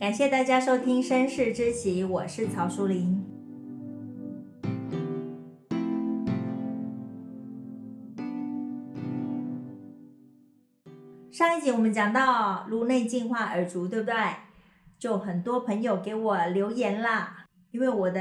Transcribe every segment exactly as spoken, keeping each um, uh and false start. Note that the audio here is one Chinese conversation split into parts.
感谢大家收听绅士之喜，我是曹淑玲。上一集我们讲到颅内净化耳烛，对不对？就很多朋友给我留言啦，因为我的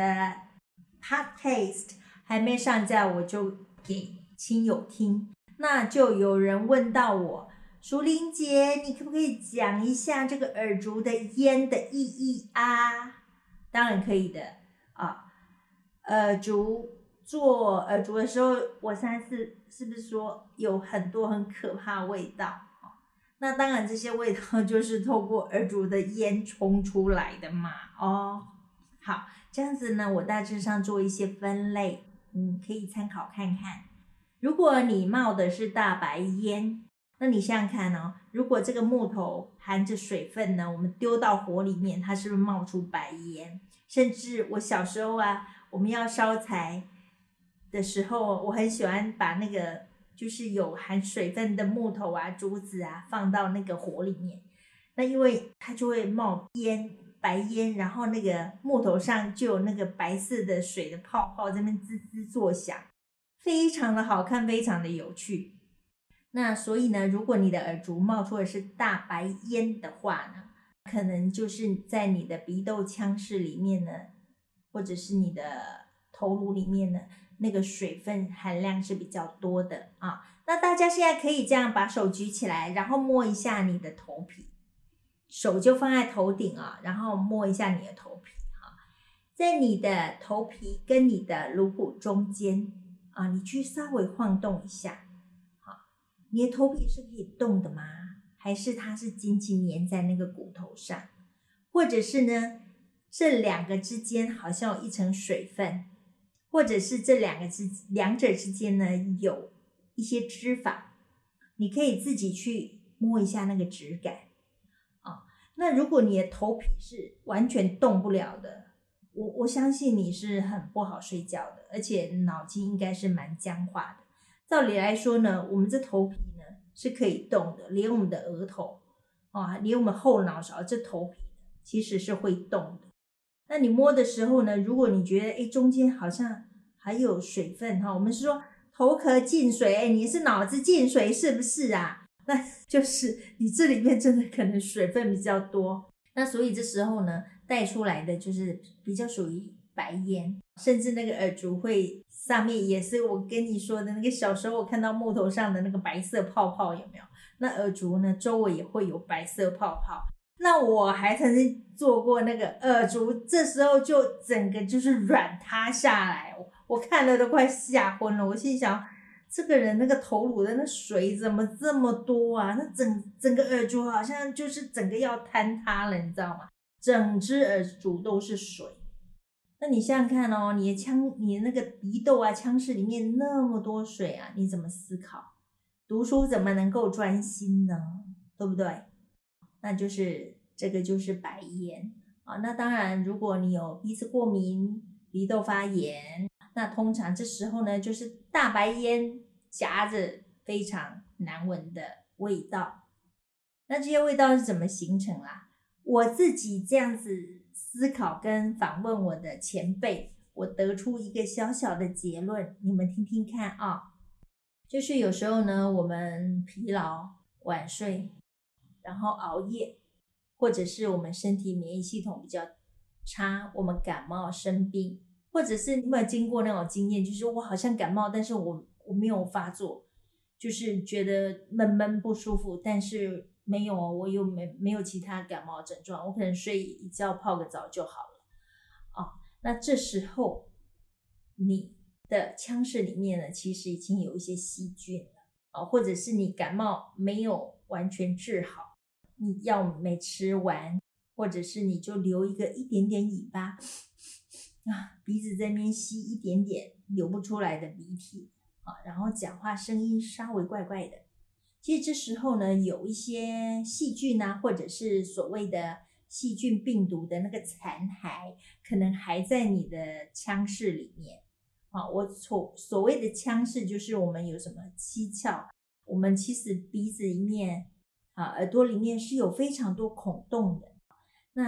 podcast 还没上架，我就给亲友听。那就有人问到我，淑玲姐，你可不可以讲一下这个耳烛的烟的意义啊？当然可以的啊。耳烛做耳烛的时候，我上次是不是说有很多很可怕的味道？那当然这些味道就是透过耳烛的烟冲出来的嘛。哦，好，这样子呢，我大致上做一些分类，嗯，可以参考看看。如果你冒的是大白烟，那你想想看哦，如果这个木头含着水分呢，我们丢到火里面，它是不是冒出白烟？甚至我小时候啊，我们要烧柴的时候，我很喜欢把那个就是有含水分的木头啊、竹子啊放到那个火里面，那因为它就会冒烟，白烟，然后那个木头上就有那个白色的水的泡泡在那边滋滋作响，非常的好看，非常的有趣。那所以呢，如果你的耳烛冒出的是大白烟的话呢，可能就是在你的鼻窦腔室里面呢，或者是你的头颅里面呢，那个水分含量是比较多的啊。那大家现在可以这样把手举起来，然后摸一下你的头皮，手就放在头顶啊，然后摸一下你的头皮啊，在你的头皮跟你的颅骨中间啊，你去稍微晃动一下，好，你的头皮是可以动的吗？还是它是紧紧粘在那个骨头上？或者是呢，这两个之间好像有一层水分，或者是这两个之两者之间呢有一些脂肪，你可以自己去摸一下那个质感啊。那如果你的头皮是完全动不了的，我我相信你是很不好睡觉的，而且脑筋应该是蛮僵化的。照理来说呢，我们这头皮呢是可以动的，连我们的额头啊，连我们后脑勺这头皮其实是会动的。那你摸的时候呢，如果你觉得诶中间好像还有水分哈，我们是说头壳进水，诶你是脑子进水是不是啊？那就是你这里面真的可能水分比较多，那所以这时候呢带出来的就是比较属于白烟，甚至那个耳烛会上面也是我跟你说的那个小时候我看到木头上的那个白色泡泡，有没有？那耳烛呢周围也会有白色泡泡。那我还曾经做过那个耳烛，这时候就整个就是软塌下来，我我看了都快吓昏了。我心想，这个人那个头颅的那水怎么这么多啊？那整整个耳烛好像就是整个要坍塌了，你知道吗？整只耳烛都是水。那你想想看哦，你的腔，你的那个鼻窦啊、腔室里面那么多水啊，你怎么思考？读书怎么能够专心呢？对不对？那就是这个就是白烟啊。那当然，如果你有鼻子过敏、鼻窦发炎，那通常这时候呢，就是大白烟夹着非常难闻的味道。那这些味道是怎么形成啦？我自己这样子思考跟访问我的前辈，我得出一个小小的结论，你们听听看啊。就是有时候呢，我们疲劳、晚睡，然后熬夜，或者是我们身体免疫系统比较差，我们感冒生病，或者是你有没有经过那种经验，就是我好像感冒，但是我我没有发作，就是觉得闷闷不舒服，但是没有，我又没没有其他感冒症状，我可能睡一觉泡个澡就好了啊。那这时候你的腔室里面呢，其实已经有一些细菌了啊，或者是你感冒没有完全治好，你药没吃完，或者是你就留一个一点点尾巴啊，鼻子在那边吸一点点流不出来的鼻涕啊，然后讲话声音稍微怪怪的。其实这时候呢，有一些细菌啊，或者是所谓的细菌病毒的那个残骸，可能还在你的腔室里面啊。我所所谓的腔室，就是我们有什么七窍，我们其实鼻子里面啊、耳朵里面是有非常多孔洞的。那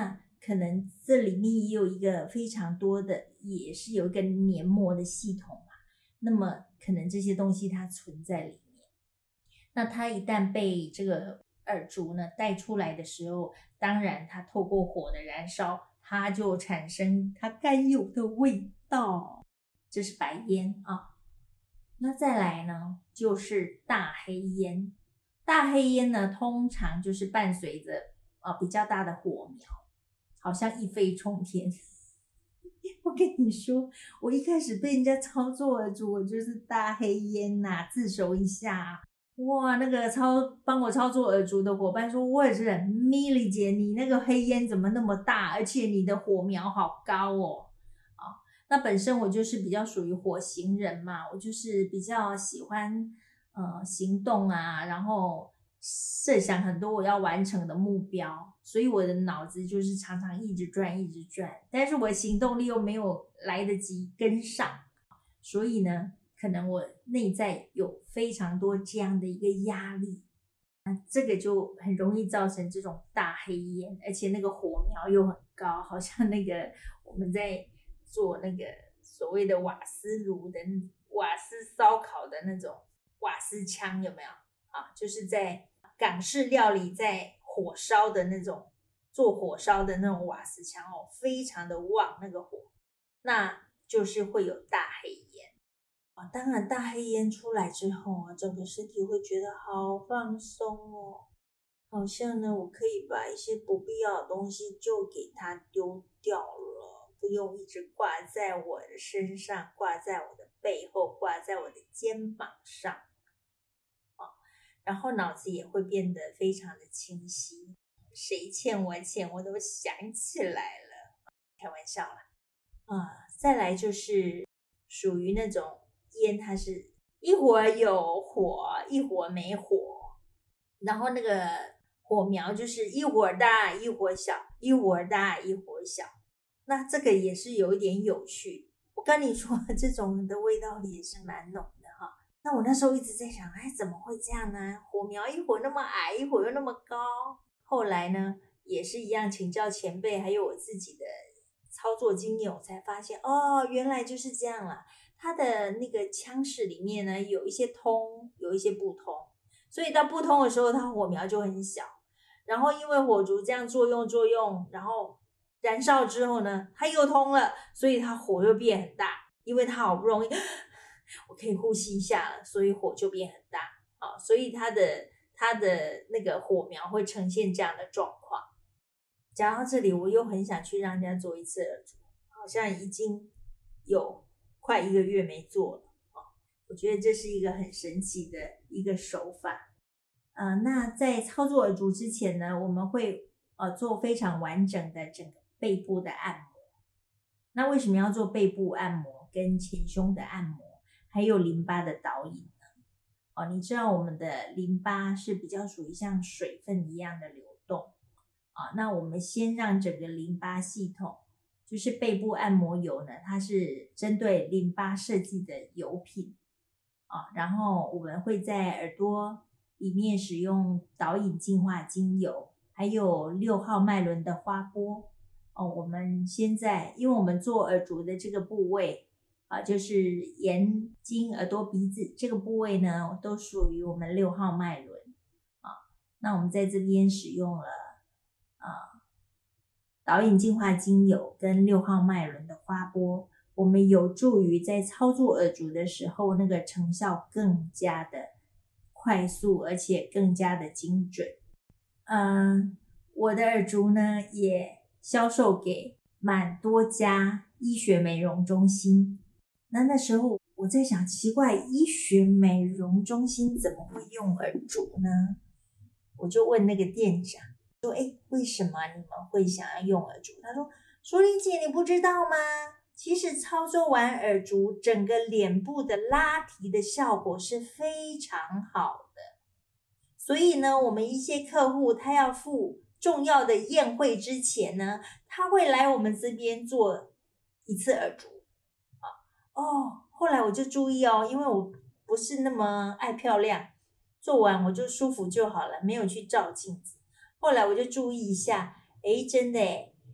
可能这里面也有一个非常多的，也是有一个黏膜的系统嘛，那么可能这些东西它存在里面，那它一旦被这个耳烛呢带出来的时候，当然它透过火的燃烧，它就产生它该有的味道，这是白烟啊。那再来呢就是大黑烟，大黑烟呢通常就是伴随着呃比较大的火苗，好像一飞冲天。我跟你说，我一开始被人家操作耳烛，我就是大黑烟呐、啊，自首一下。哇，那个操帮我操作耳烛的伙伴说，我也是米莉姐，你那个黑烟怎么那么大，而且你的火苗好高哦。啊，那本身我就是比较属于火型人嘛，我就是比较喜欢呃行动啊，然后设想很多我要完成的目标，所以我的脑子就是常常一直转一直转，但是我行动力又没有来得及跟上，所以呢可能我内在有非常多这样的一个压力，这个就很容易造成这种大黑烟，而且那个火苗又很高，好像那个我们在做那个所谓的瓦斯炉的瓦斯烧烤的那种瓦斯枪，有没有啊？就是在港式料理在火烧的那种做火烧的那种瓦斯枪哦，非常的旺那个火，那就是会有大黑烟啊。当然大黑烟出来之后啊，整个身体会觉得好放松哦，好像呢我可以把一些不必要的东西就给它丢掉了，不用一直挂在我的身上，挂在我的背后，挂在我的肩膀上啊，然后脑子也会变得非常的清晰，谁欠我钱我都想起来了，开玩笑啦啊。再来就是属于那种烟，它是一会儿有火一会儿没火，然后那个火苗就是一会儿大一会儿小，一会儿大一会儿小，那这个也是有一点有趣。我跟你说这种的味道也是蛮浓的哈。那我那时候一直在想，哎，怎么会这样呢？火苗一会儿那么矮一会儿又那么高。后来呢也是一样请教前辈还有我自己的操作经验，我才发现哦，原来就是这样啦。它的那个枪室里面呢有一些通有一些不通，所以到不通的时候它火苗就很小，然后因为火烛这样作用作用，然后燃烧之后呢它又通了，所以它火又变很大，因为它好不容易我可以呼吸一下了，所以火就变很大啊，所以它的它的那个火苗会呈现这样的状况。讲到这里我又很想去让人家做一次耳烛，好像已经有快一个月没做了啊，我觉得这是一个很神奇的一个手法。呃，那在操作耳烛之前呢，我们会呃做非常完整的整个背部的按摩。那为什么要做背部按摩跟前胸的按摩，还有淋巴的导引呢？哦，你知道我们的淋巴是比较属于像水分一样的流动啊，那我们先让整个淋巴系统，就是背部按摩油呢，它是针对淋巴设计的油品啊，然后我们会在耳朵里面使用导引净化精油，还有六号脉轮的花波哦。我们现在因为我们做耳烛的这个部位啊，就是眼睛、耳朵、鼻子这个部位呢，都属于我们六号脉轮啊。那我们在这边使用了啊导引净化精油跟六号脉轮的花波，我们有助于在操作耳烛的时候，那个成效更加的快速，而且更加的精准。嗯，我的耳烛呢也销售给蛮多家医学美容中心。那那时候我在想，奇怪，医学美容中心怎么会用耳烛呢？我就问那个店长说，诶，为什么你们会想要用耳烛？他说，淑玲姐你不知道吗？其实操作完耳烛，整个脸部的拉提的效果是非常好的。所以呢，我们一些客户他要赴重要的宴会之前呢，他会来我们这边做一次耳烛啊。哦，后来我就注意哦，因为我不是那么爱漂亮，做完我就舒服就好了，没有去照镜子。后来我就注意一下，诶，真的诶，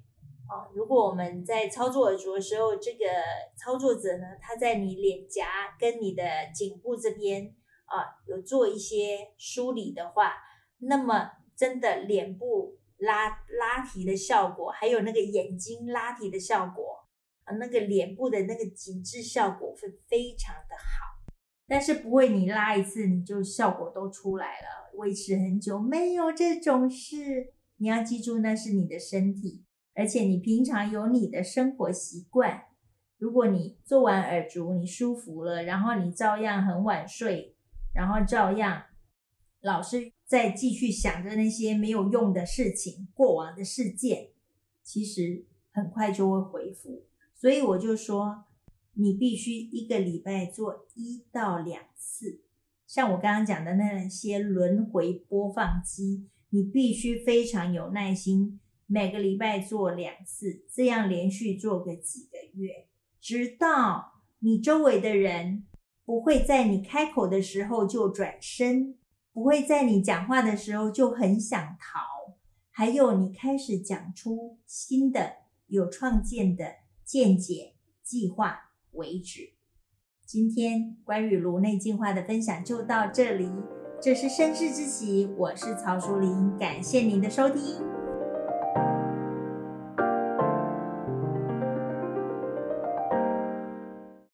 哦，如果我们在操作耳烛的时候，这个操作者呢，他在你脸颊跟你的颈部这边啊，有做一些梳理的话，那么真的脸部拉拉提的效果，还有那个眼睛拉提的效果，啊，那个脸部的那个紧致效果会非常的好。但是不会你拉一次你就效果都出来了，维持很久，没有这种事。你要记住，那是你的身体。而且你平常有你的生活习惯，如果你做完耳烛你舒服了，然后你照样很晚睡，然后照样老是再继续想着那些没有用的事情，过往的事件，其实很快就会恢复。所以我就说你必须一个礼拜做一到两次，像我刚刚讲的那些轮回播放机，你必须非常有耐心，每个礼拜做两次，这样连续做个几个月，直到你周围的人不会在你开口的时候就转身，不会在你讲话的时候就很想逃，还有你开始讲出新的有创建的见解计划为止。今天关于颅内净化的分享就到这里，这是身世之喜，我是曹淑玲，感谢您的收听。